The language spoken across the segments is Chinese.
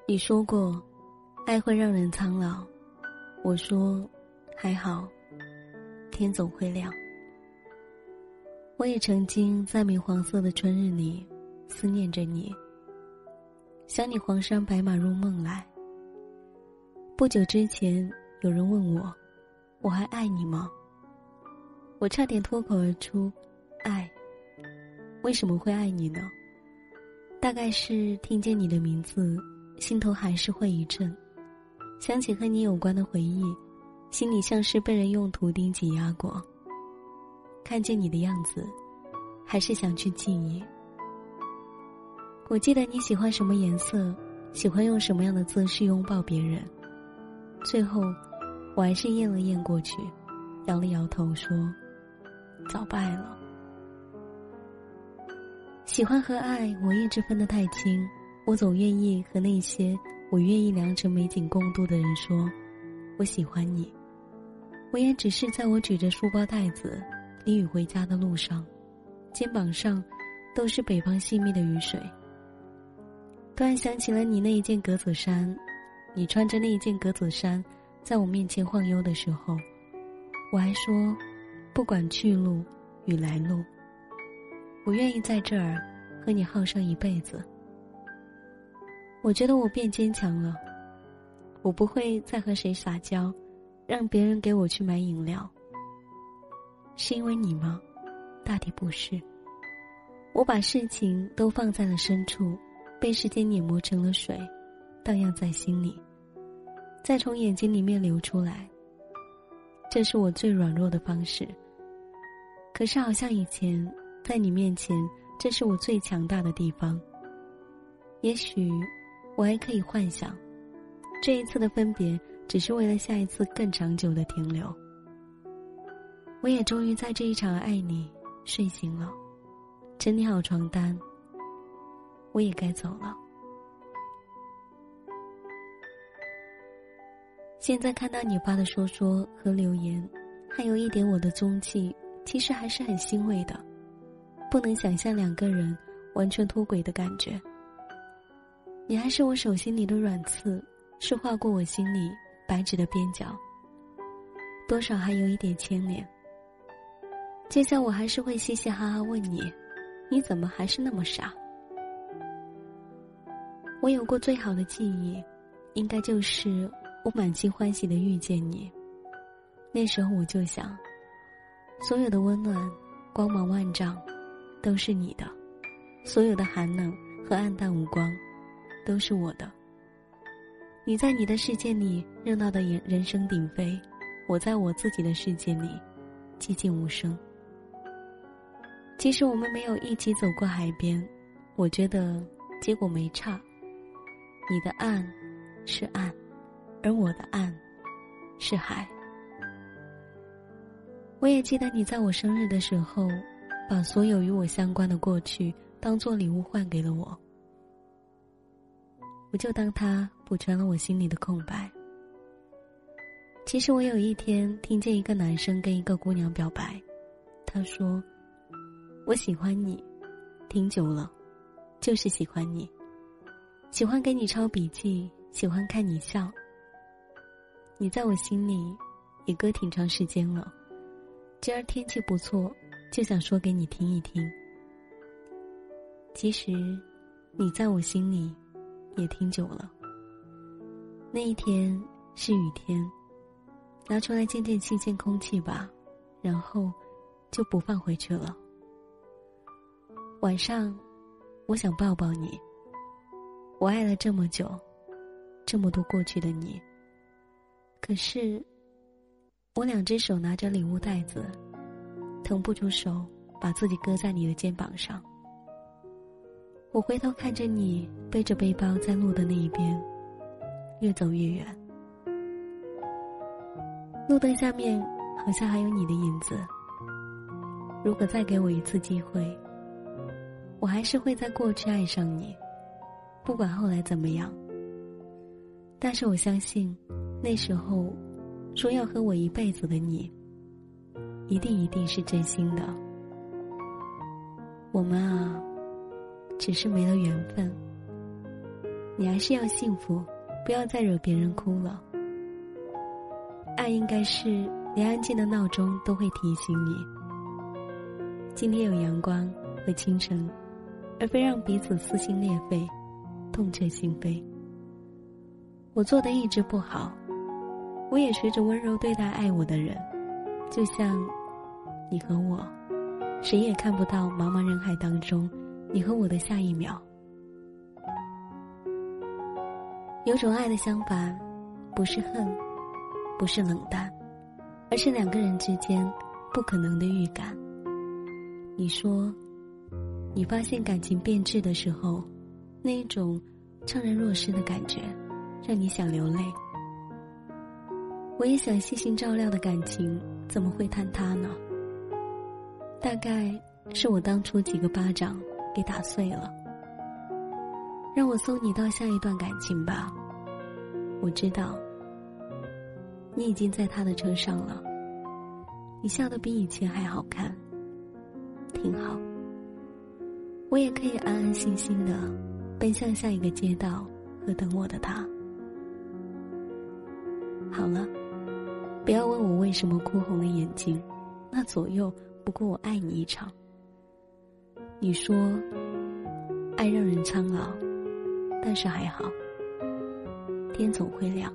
你说过，爱会让人苍老。我说，还好，天总会亮。我也曾经在明黄色的春日里思念着你，想你黄山白马入梦来。不久之前，有人问我还爱你吗？我差点脱口而出，爱。为什么会爱你呢？大概是听见你的名字，心头还是会一震，想起和你有关的回忆，心里像是被人用图钉挤压过。看见你的样子，还是想去记忆。我记得你喜欢什么颜色，喜欢用什么样的姿势拥抱别人。最后，我还是咽了咽过去，摇了摇头说，早败了。喜欢和爱我一直分得太清，我总愿意和那些我愿意良辰美景共度的人说，我喜欢你。我也只是在我举着书包袋子淋雨回家的路上，肩膀上都是北方细密的雨水。突然想起了你那一件格子衫，你穿着那一件格子衫在我面前晃悠的时候，我还说，不管去路与来路，我愿意在这儿和你耗上一辈子。我觉得我变坚强了，我不会再和谁撒娇，让别人给我去买饮料。是因为你吗？大抵不是。我把事情都放在了深处，被时间碾磨成了水，荡漾在心里，再从眼睛里面流出来。这是我最软弱的方式。可是好像以前在你面前，这是我最强大的地方。也许我还可以幻想，这一次的分别只是为了下一次更长久的停留。我也终于在这一场爱你睡醒了，整理好床单，我也该走了。现在看到你发的说说和留言，还有一点我的踪迹，其实还是很欣慰的。不能想象两个人完全脱轨的感觉。你还是我手心里的软刺，是划过我心里白纸的边角，多少还有一点牵连。就像我还是会嘻嘻哈哈问你，你怎么还是那么傻？我有过最好的记忆，应该就是我满心欢喜的遇见你。那时候我就想，所有的温暖光芒万丈都是你的，所有的寒冷和暗淡无光都是我的。你在你的世界里热闹的人声鼎沸，我在我自己的世界里寂静无声。即使我们没有一起走过海边，我觉得结果没差。你的岸是岸，而我的岸是海。我也记得你在我生日的时候，把所有与我相关的过去当作礼物换给了我，我就当它补全了我心里的空白。其实我有一天听见一个男生跟一个姑娘表白，他说，我喜欢你挺久了，就是喜欢你，喜欢给你抄笔记，喜欢看你笑。你在我心里也搁挺长时间了，今儿天气不错，就想说给你听一听。其实你在我心里也挺久了。那一天是雨天，拿出来见见新鲜空气吧，然后就不放回去了。晚上我想抱抱你，我爱了这么久，这么多过去的你，可是我两只手拿着礼物袋子，腾不出手把自己搁在你的肩膀上。我回头看着你背着背包在路的那一边，越走越远。路灯下面好像还有你的影子。如果再给我一次机会，我还是会在过去爱上你，不管后来怎么样。但是我相信，那时候说要和我一辈子的你，一定是真心的。我们啊，只是没了缘分。 你还是要幸福，不要再惹别人哭了。爱应该是连安静的闹钟都会提醒你，今天有阳光和清晨，而非让彼此撕心裂肺，痛彻心扉。我做的一直不好，我也学着温柔对待爱我的人，就像你和我，谁也看不到茫茫人海当中你和我的下一秒。有种爱的相反，不是恨，不是冷淡，而是两个人之间不可能的预感。你说你发现感情变质的时候，那一种怅然若失的感觉让你想流泪。我也想细心照料的感情怎么会坍塌呢？大概是我当初几个巴掌给打碎了。让我送你到下一段感情吧，我知道你已经在他的车上了，你笑得比以前还好看，挺好。我也可以安安心心的奔向下一个街道和等我的他。好了，不要问我为什么哭红了眼睛，那左右不过我爱你一场。你说爱让人苍老，但是还好，天总会亮。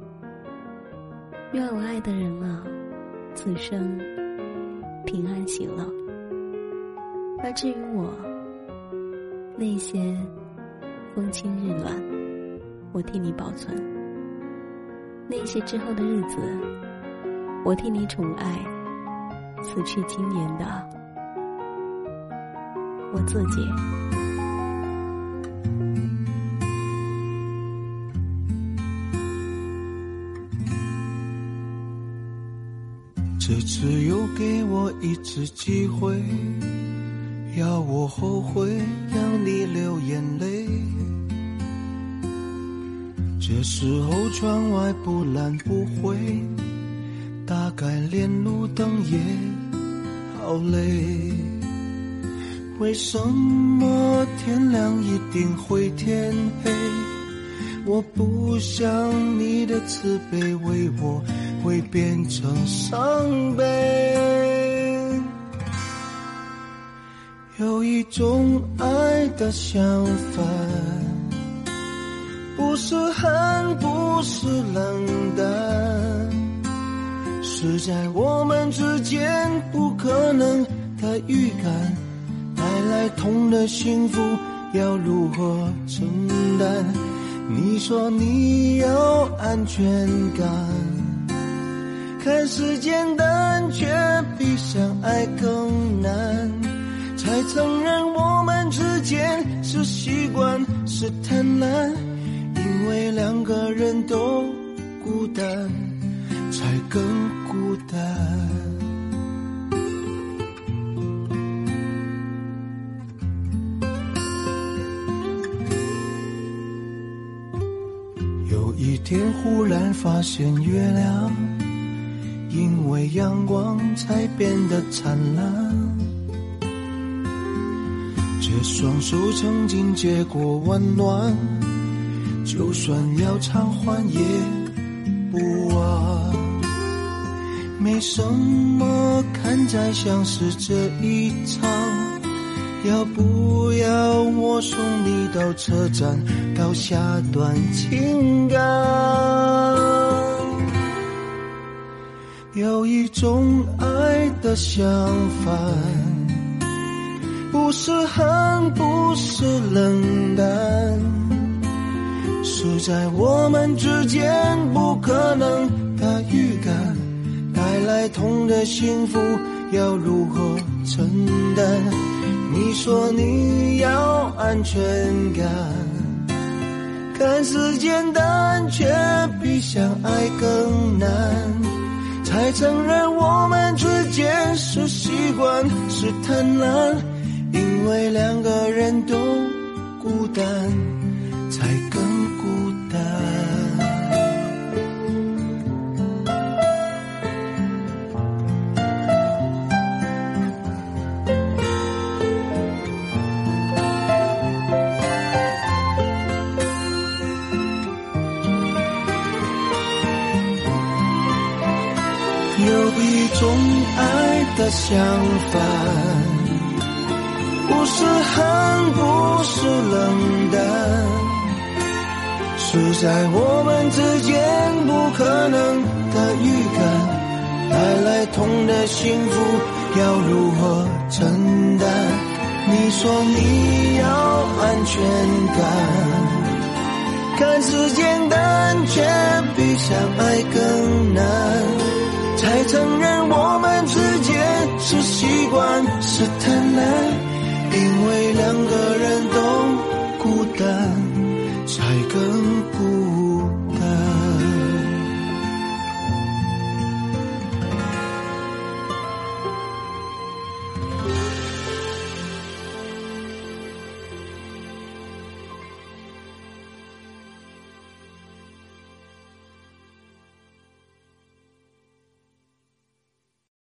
愿我爱的人啊，此生平安喜乐。而至于我，那些风轻日暖，我替你保存；那些之后的日子，我替你宠爱辞去今年的我自己。 这次又给我一次机会，要我后悔，要你流眼泪。这时候窗外不蓝不灰，大概连路灯也好累。为什么天亮一定会天黑？我不想你的慈悲为我会变成伤悲。有一种爱的相反，不是恨，不是冷淡，是在我们之间不可能的预感，带来痛的幸福要如何承担？你说你要安全感，看似简单却比相爱更难，才承认我们之间是习惯是贪婪，因为两个人都孤单才更孤单。有一天忽然发现月亮因为阳光才变得灿烂，这双手曾经接过温暖，就算要偿还也不晚。没什么看再像是这一场，要不要我送你到车站，到下段情感？有一种爱的相反，不是恨，不是冷淡，是在我们之间不可能的预感，带来痛的幸福要如何承担？你说你要安全感，看似简单却比相爱更难，才承认我们之间是习惯是贪婪，因为两个人都孤单才更孤单。 有一种爱的相反，不是恨，不是冷淡，是在我们之间不可能的预感，带来痛的幸福要如何承担？你说你要安全感，看似简单却比相爱更难，才承认我们之间是习惯，是贪婪。